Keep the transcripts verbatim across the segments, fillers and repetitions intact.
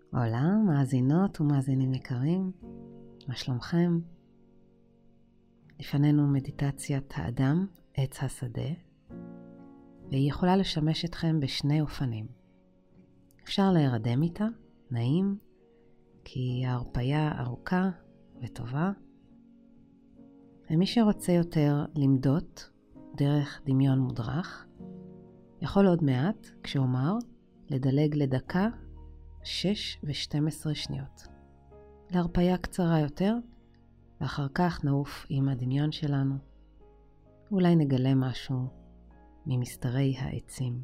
הולה, מאזינות ומאזינים יקרים, מה שלומכם? לפנינו מדיטציית האדם, עץ השדה, והיא יכולה לשמש אתכם בשני אופנים. אפשר להירדם איתה, נעים, כי ההרפיה ארוכה וטובה. ומי שרוצה יותר למדות דרך דמיון מודרך, יכול עוד מעט, כשאומר, לדלג לדקה שש ושתים עשרה שניות. להרפיה קצרה יותר, ואחר כך נעוף עם הדמיון שלנו. אולי נגלה משהו ממסתרי העצים.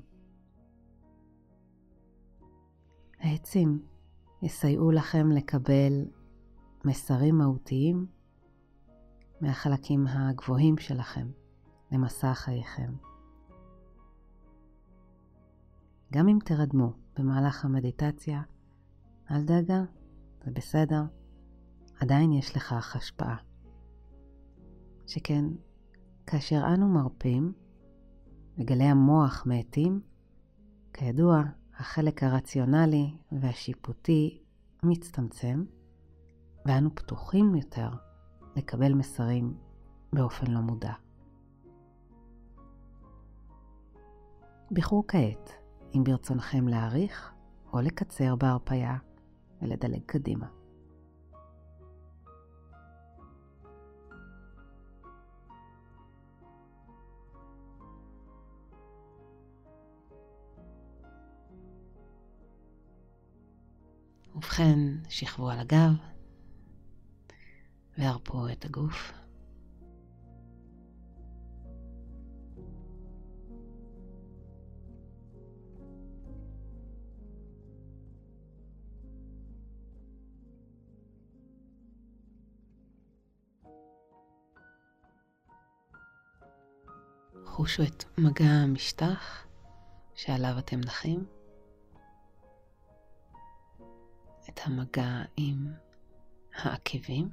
העצים יסייעו לכם לקבל מסרים מהותיים מהחלקים הגבוהים שלכם למסע חייכם. גם אם תרדמו במהלך המדיטציה, אל דאגה, זה בסדר, עדיין יש לכך השפעה. שכן, כאשר אנו מרפים, וגלי המוח מאטים, כידוע, החלק הרציונלי והשיפוטי מצטמצם, ואנו פתוחים יותר לקבל מסרים באופן לא מודע. בחרו כעת, אם ברצונכם להאריך או לקצר בהרפיה ולדלג קדימה. ובכן, שכבו על הגב והרפו את הגוף. חושו את מגע המשטח שעליו אתם נחים, את המגע עם העקבים,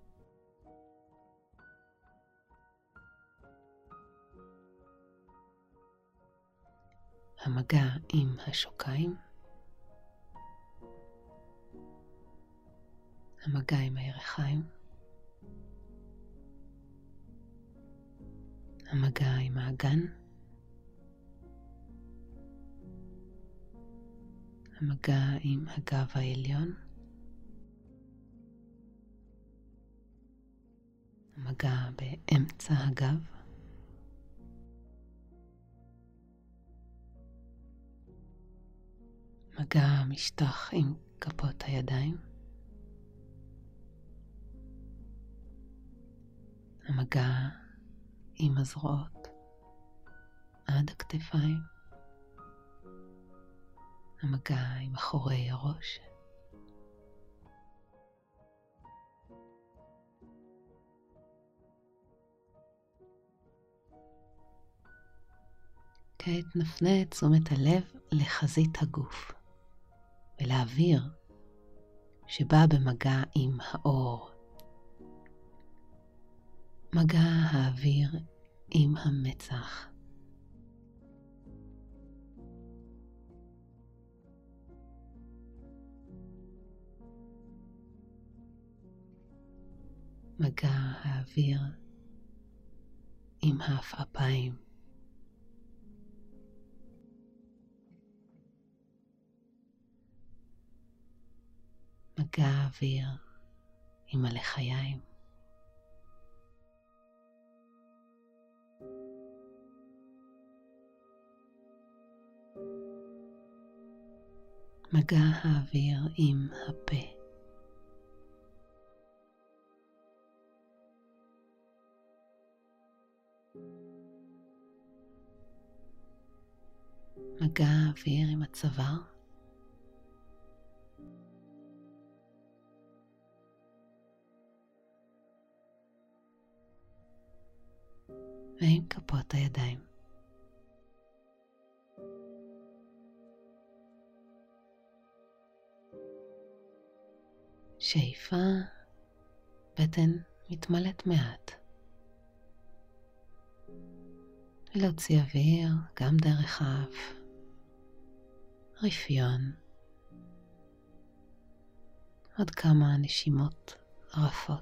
המגע עם השוקיים, המגע עם הירכיים, המגע עם האגן, המגע עם הגב העליון, המגע באמצע הגב, מגע משטח עם כפות הידיים, המגע עם הזרועות עד הכתפיים, המגע עם אחורי הראש, כעת נפנה את תשומת הלב לחזית הגוף ולאוויר שבא במגע עם האור. מגע האוויר עם המצח. מגע האוויר עם העפעפיים. מגע האוויר עם הלחיים. מגע האוויר עם הפה. מגע האוויר עם הצוואר. ועם כפות הידיים. שאיפה, בטן מתמלאת מעט. ולהוציא אוויר גם דרך האף. רפיון. עוד כמה נשימות רפות.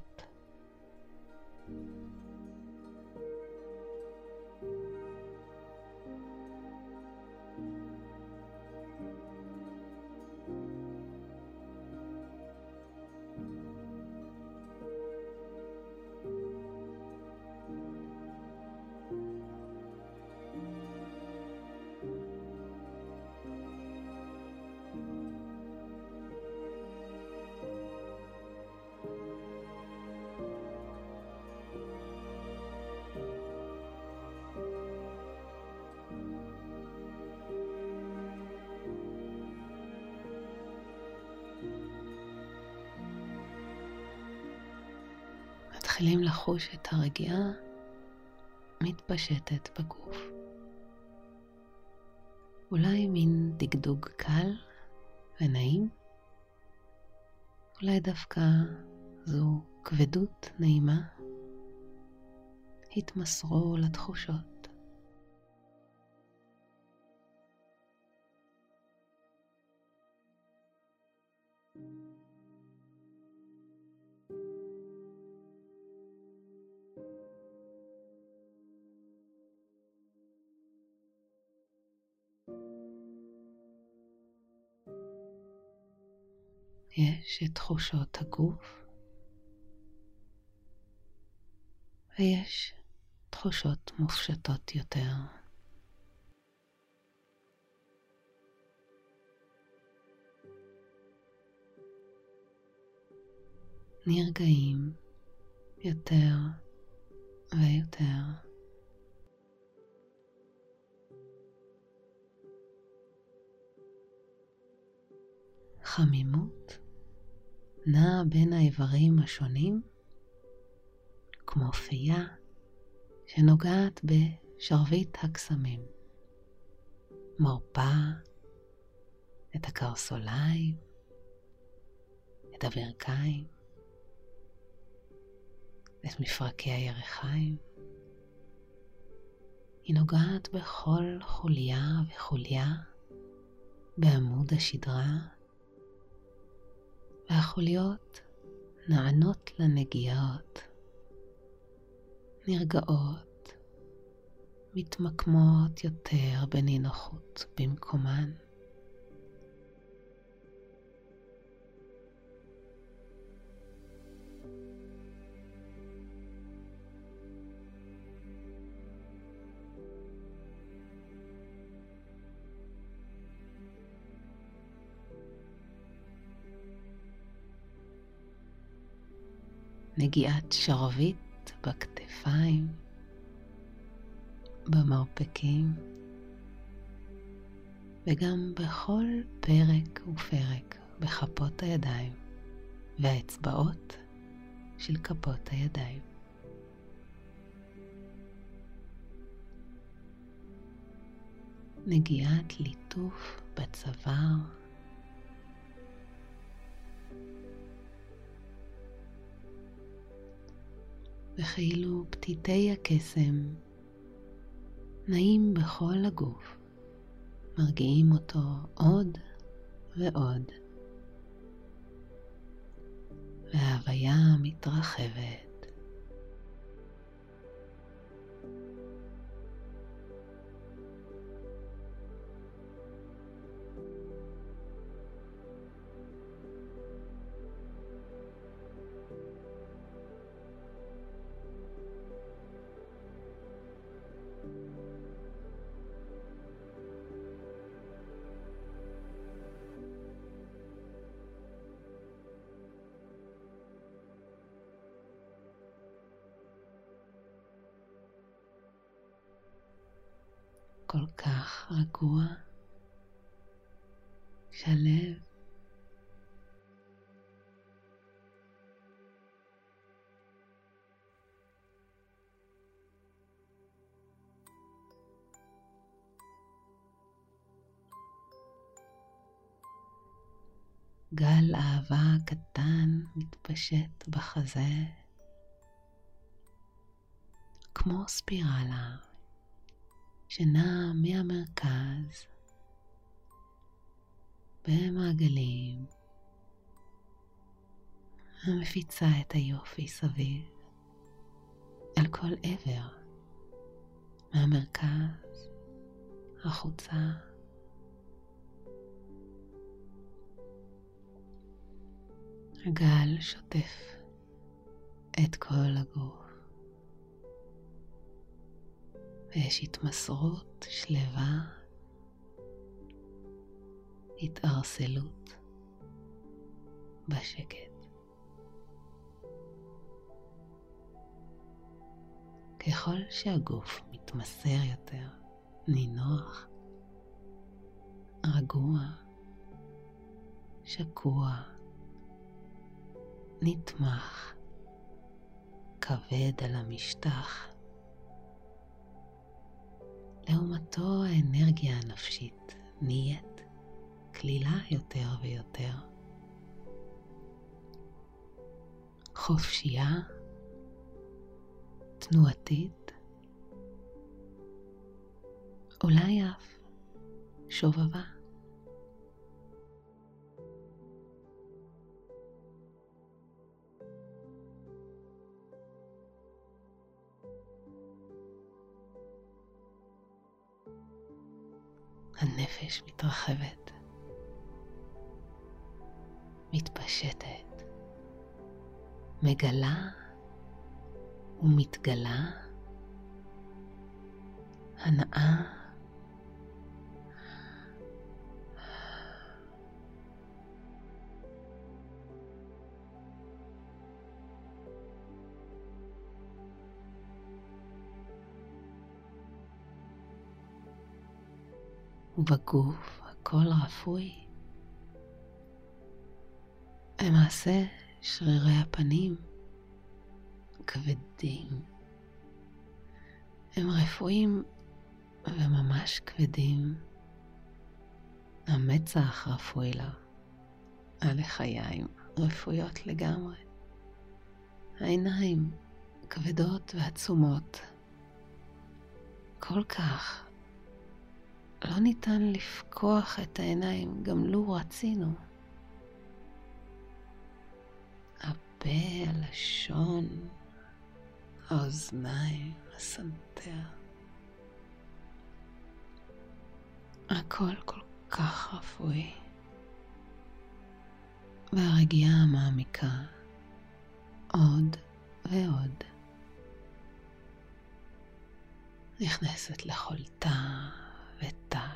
מתחילים לחוש את הרגיעה מתפשטת בגוף. אולי מין דגדוג קל ונעים, אולי דווקא זו כבדות נעימה. התמסרו לתחושות. יש את תחושות הגוף, ויש תחושות מופשטות יותר. נרגעים יותר ויותר. חמימות נעה בין האיברים השונים, כמו פייה שנוגעת בשרביט הקסמים, מרפה את הקרסוליים, את הברכיים, את מפרקי הירכיים. היא נוגעת בכל חוליה וחוליה בעמוד השדרה, והחוליות נענות לנגיעות, נרגעות, מתמקמות יותר בנינוחות במקומן. נגיעת שרביט בכתפיים, במרפקים, וגם בכל פרק ופרק בכפות הידיים והאצבעות של כפות הידיים. נגיעת ליטוף בצוואר, וכאילו פתיתי הקסם נעים בכל הגוף, מרגיעים אותו עוד ועוד, וההוויה מתרחבת. כל כך רגוע, שלב, גל אהבה קטן מתפשט בחזה, כמו ספירלה שנעה מהמרכז במעגלים המפיצה את היופי סביב, אל כל עבר, מהמרכז, החוצה. הגל שוטף את כל הגוף, ויש התמסרות שלווה, התערסלות בשקט. ככל שהגוף מתמסר יותר, נינוח, רגוע, שקוע, נתמך, כבד על המשטח. לעומתו האנרגיה הנפשית נהיית כלילה יותר ויותר, חופשייה, תנועתית, אולי אף שובבה. הנפש מתרחבת, מתפשטת, מגלה ומתגלה הנאה, ובגוף הכל רפוי. למעשה שרירי הפנים כבדים, הם רפואים וממש כבדים. המצח רפוי לה, הלחיים רפויות לגמרי, העיניים כבדות ועצומות, כל כך לא ניתן לפקוח את העיניים גם לו רצינו. הפה, הלשון, האוזניים, הסנטר, הכל כל כך רפואי. והרגיעה המעמיקה עוד ועוד נכנסת לכל תא ותא.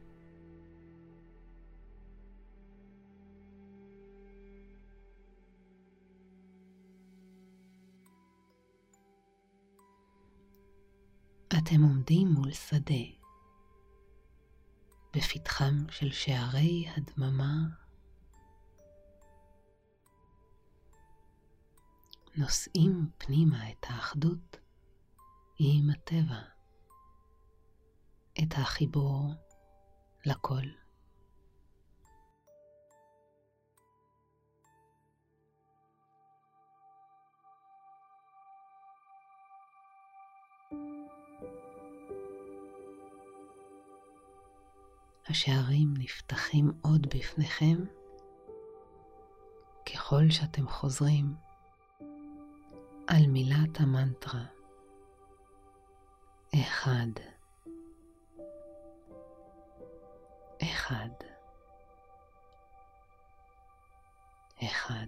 אתם עומדים מול שדה, בפתחם של שערי הדממה, נושאים פנימה את האחדות עם הטבע, את החיבור לכל. השערים נפתחים עוד בפניכם ככל שאתם חוזרים על מילת המנטרה אחד, אחד, אחד,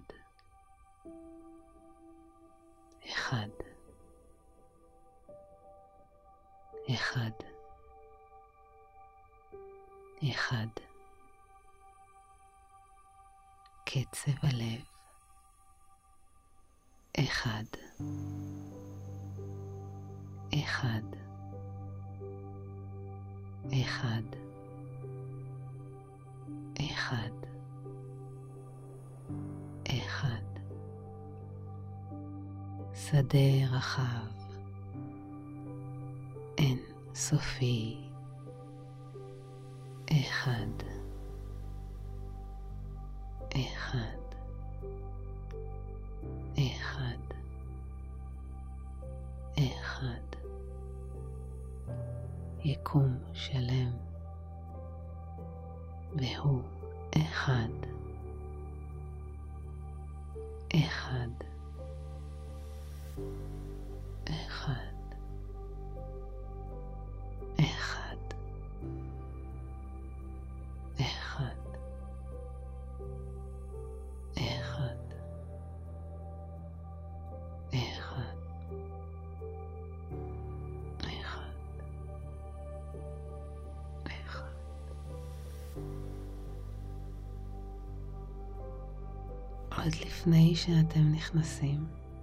אחד, אחד, אחד. קצב הלב אחד, אחד, אחד, אחד, אחד. שדה רחב, אין סופי. אחד, אחד, אחד, אחד. יקום שלם, והוא אחד, אחד, אחד, אחד, אחד, אחד, אחד, אחד, אחד. עוד לפני שאתם נכנסים,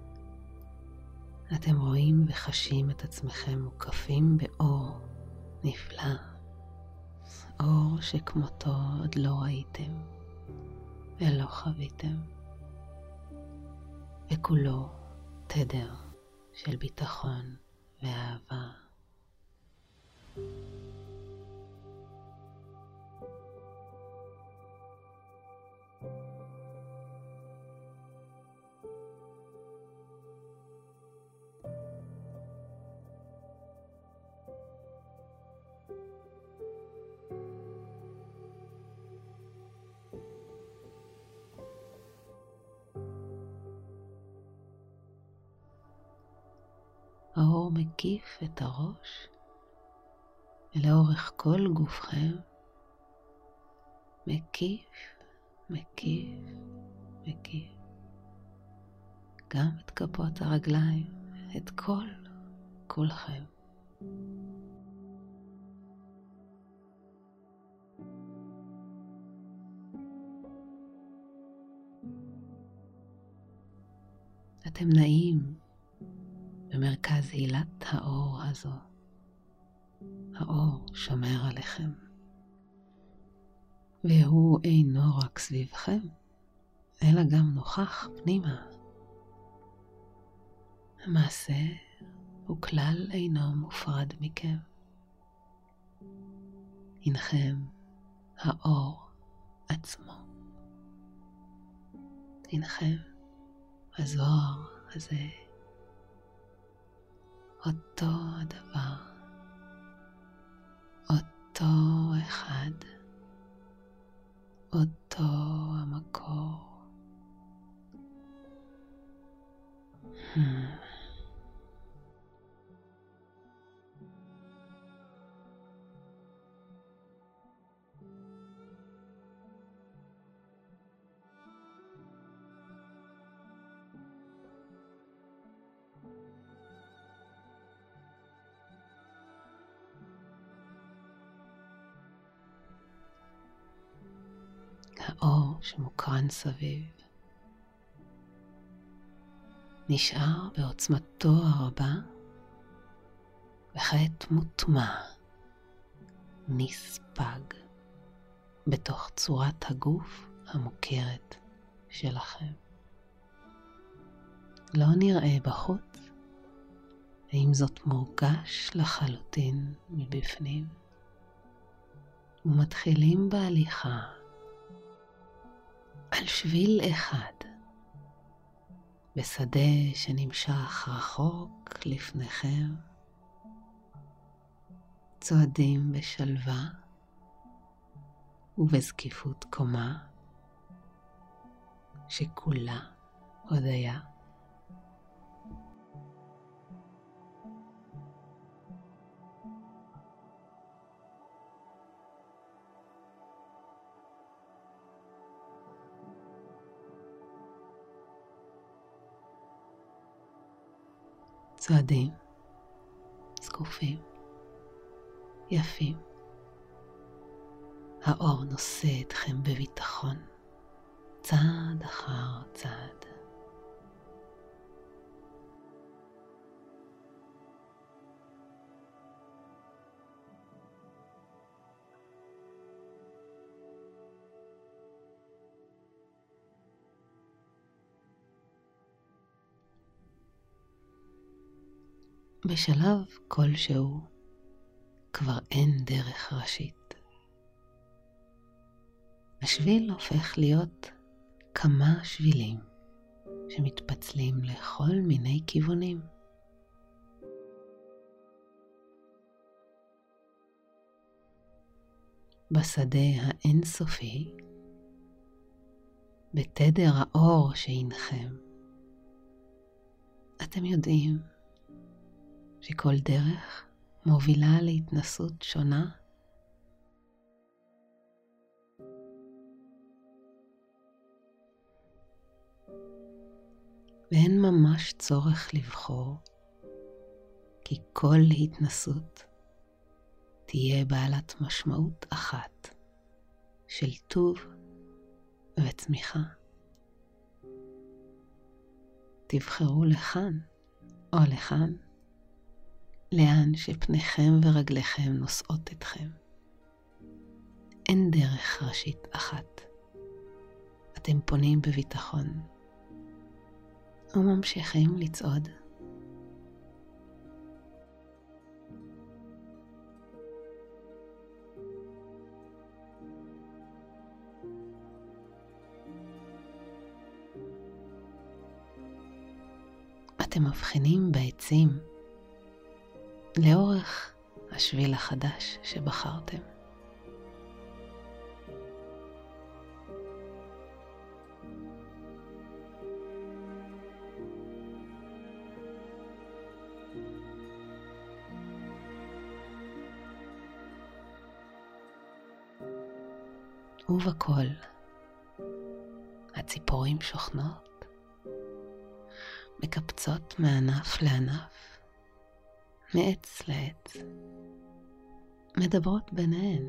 אתם רואים וחשים את עצמכם מוקפים באור נפלא, אור שכמותו עוד לא ראיתם ולא חוויתם, וכולו תדר של ביטחון ואהבה. האור מקיף את הראש ולאורך כל גופכם, מקיף, מקיף, מקיף. גם את כפות הרגליים, את כל, כולכם. אתם נעים במרכז הילת האור הזו. האור שומר עליכם, והוא אינו רק סביבכם, אלא גם נוכח פנימה. המעשה הוא כלל אינו מופרד מכם. הנכם האור עצמו. הנכם הזוהר הזה. אותו הדבר, אותו אחד, אותו המקור. Hmm. האור שמוקרן סביב נשאר בעוצמתו הרבה, וכעת מוטמע, נספג בתוך צורת הגוף המוכרת שלכם. לא נראה בחוץ, האם זאת מורגש לחלוטין מבפנים, ומתחילים בהליכה על שביל אחד, בשדה שנמשך רחוק לפניכם. צועדים בשלווה ובזקיפות קומה, שכולה הודיה. צועדים, זקופים, יפים. האור נושא אתכם בביטחון, צעד אחר צעד. בשלב כלשהו כבר אין דרך ראשית. השביל הופך להיות כמה שבילים שמתפצלים לכל מיני כיוונים. בשדה האינסופי, בתדר האור שהנכם אתם יודעים שכל דרך מובילה להתנסות שונה? ואין ממש צורך לבחור, כי כל התנסות תהיה בעלת משמעות אחת של טוב וצמיחה. תבחרו לכאן או לכאן, לאן שפניכם ורגליכם נושאות אתכם. אין דרך ראשית אחת. אתם פונים בביטחון וממשיכים לצעוד. אתם מבחינים בעצים לאורך השביל החדש שבחרתם. ובכל הציפורים שוכנות, מקפצות מענף לענף, מעץ לעץ, מדברות ביניהן,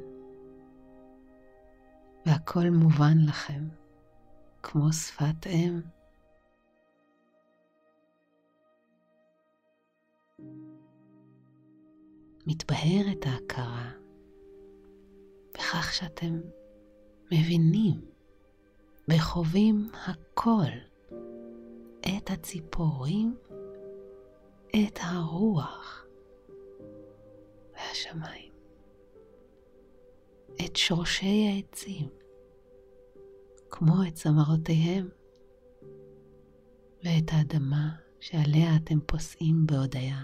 והכל מובן לכם כמו שפת אם. מתבהרת ההכרה בכך שאתם מבינים וחווים הכל, את הציפורים, את הרוח והשמיים, את שורשי העצים, כמו את צמרותיהם, ואת האדמה שעליה אתם פוסעים בהודיה.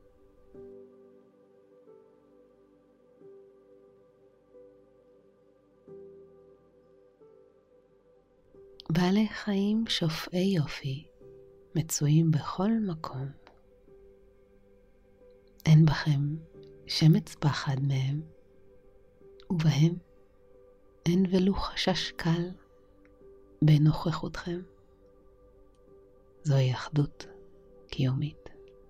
בעלי חיים שופעי יופי מצויים בכל מקום. אין בכם שמץ פחד מהם, ובהם אין ולו חשש קל בנוכחותכם. זוהי אחדות קיומית.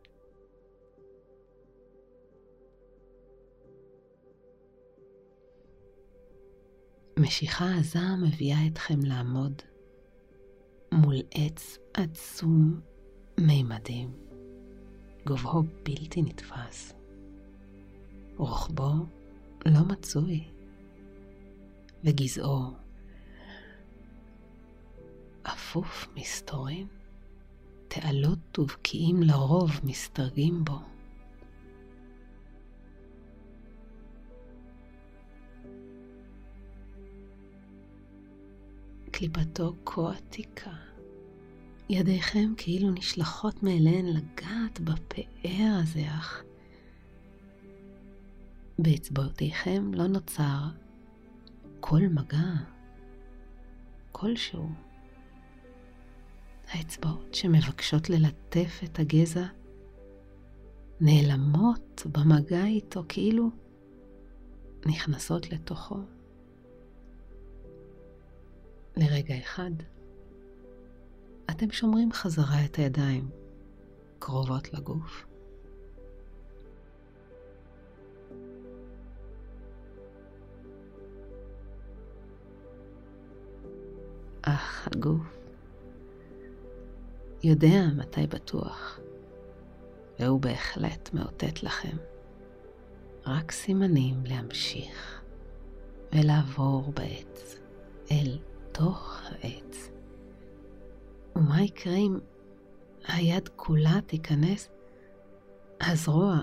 משיכה עזה מביאה אתכם לעמוד מול עץ עצום מימדים, גובהו בלתי נתפס, רוחבו לא מצוי, וגזעו אפוף מסתורין, תעלות ובקיעים לרוב מסתרגים בו. קליפתו כה עתיקה, ידיכם כאילו נשלחות מאליהן לגעת בפאר הזה, אך באצבעותיכם לא נוצר כל מגע, כלשהו. האצבעות שמבקשות ללטף את הגזע נעלמות במגע איתו, כאילו נכנסות לתוכו. לרגע אחד אתם שומרים חזרה את הידיים קרובות לגוף. אך הגוף יודע מתי בטוח, והוא בהחלט מאותת לכם רק סימנים להמשיך ולעבור בעץ אל תוך העץ. ומה יקרה אם היד כולה תיכנס? הזרוע,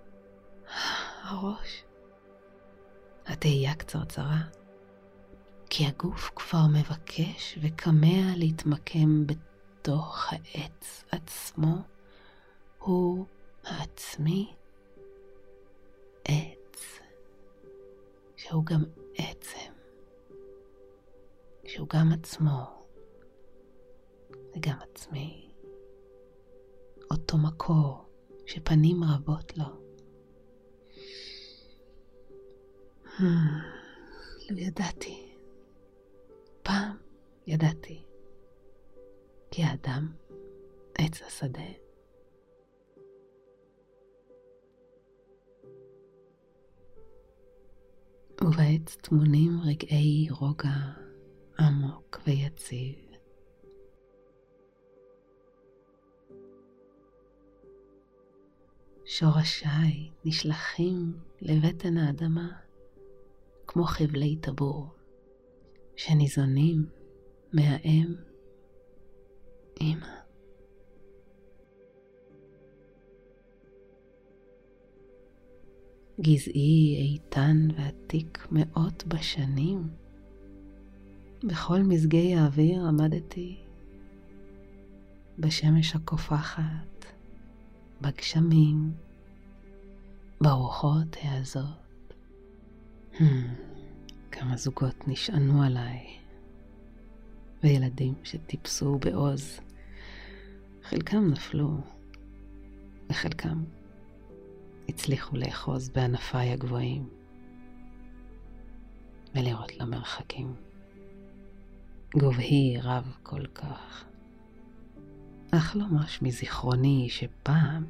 הראש, התהייה קצרצרה, כי הגוף כבר מבקש וכמה להתמקם בתוך העץ עצמו. הוא העצמי, עץ, שהוא גם עצם, שהוא גם עצמו וגם עצמי, אותו מאותו מקור שפנים רבות לו. Hmm, לא ידעתי. פעם ידעתי. כי האדם עץ השדה. ובעץ תמונים רגעי רוגע עמוק ויציב. שורשיי נשלחים לבטן האדמה כמו חבלי טבור שניזונים מהאם אמא. גזעי איתן ועתיק מאות בשנים. בכל מזגי האוויר עמדתי, בשמש הקופחת, בגשמים, ברוחות העזות. Hmm, כמה זוגות נשענו עליי, וילדים שטיפסו בעוז. חלקם נפלו, וחלקם הצליחו לאחוז בענפיי הגבוהים ולראות למרחקים. גובהי רב כל כך, אך לא מש מזיכרוני שפעם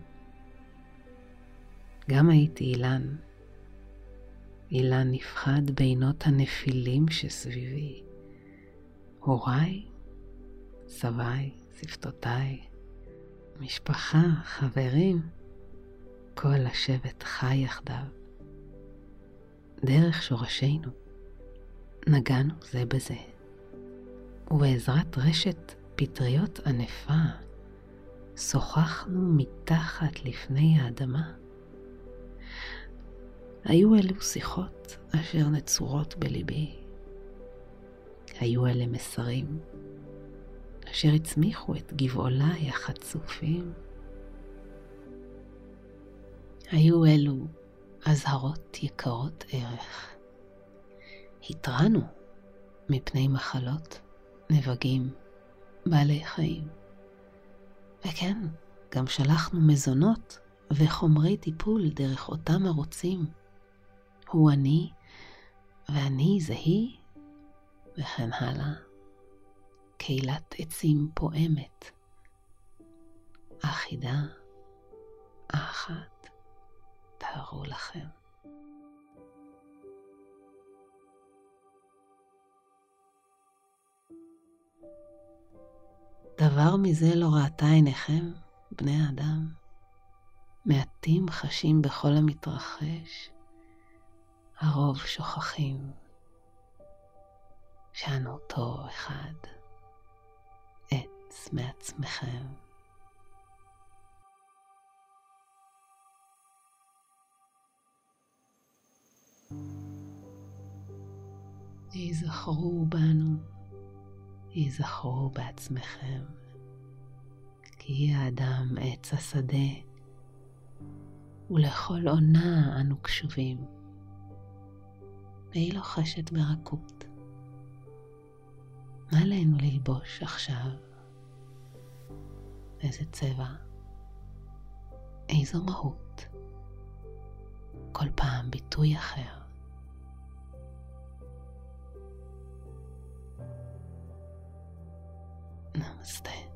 גם הייתי אילן, אילן נפחד בינות הנפילים שסביבי. הוריי, סביי, שפתותיי, משפחה, חברים, כל השבט חי יחדיו. דרך שורשינו נגענו זה בזה, ובעזרת רשת פטריות ענפה שוחחנו מתחת לפני האדמה. היו אלו שיחות אשר נצורות בליבי. היו אלה מסרים אשר הצמיחו את גבעולי החצופים. היו אלו אזהרות יקרות ערך. התרענו מפני מחלות, נבגים, בעלי חיים. וכן, גם שלחנו מזונות וחומרי טיפול דרך אותם ערוצים. הוא אני, ואני זה היא, וכן הלאה. קהילת עצים פועמת, אחידה, אחת, תארו לכם. דבר מזה לא ראתה עיניכם, בני האדם. מעטים חשים בכל המתרחש, הרוב שוכחים שאנו אותו אחד, עץ מעצמכם. היזכרו בנו, היזכרו בעצמכם, כי האדם עץ השדה, ולכל עונה אנו קשובים. והיא לוחשת ברכות. מה עלינו ללבוש עכשיו? איזה צבע? איזו מהות? כל פעם ביטוי אחר. נמסטה.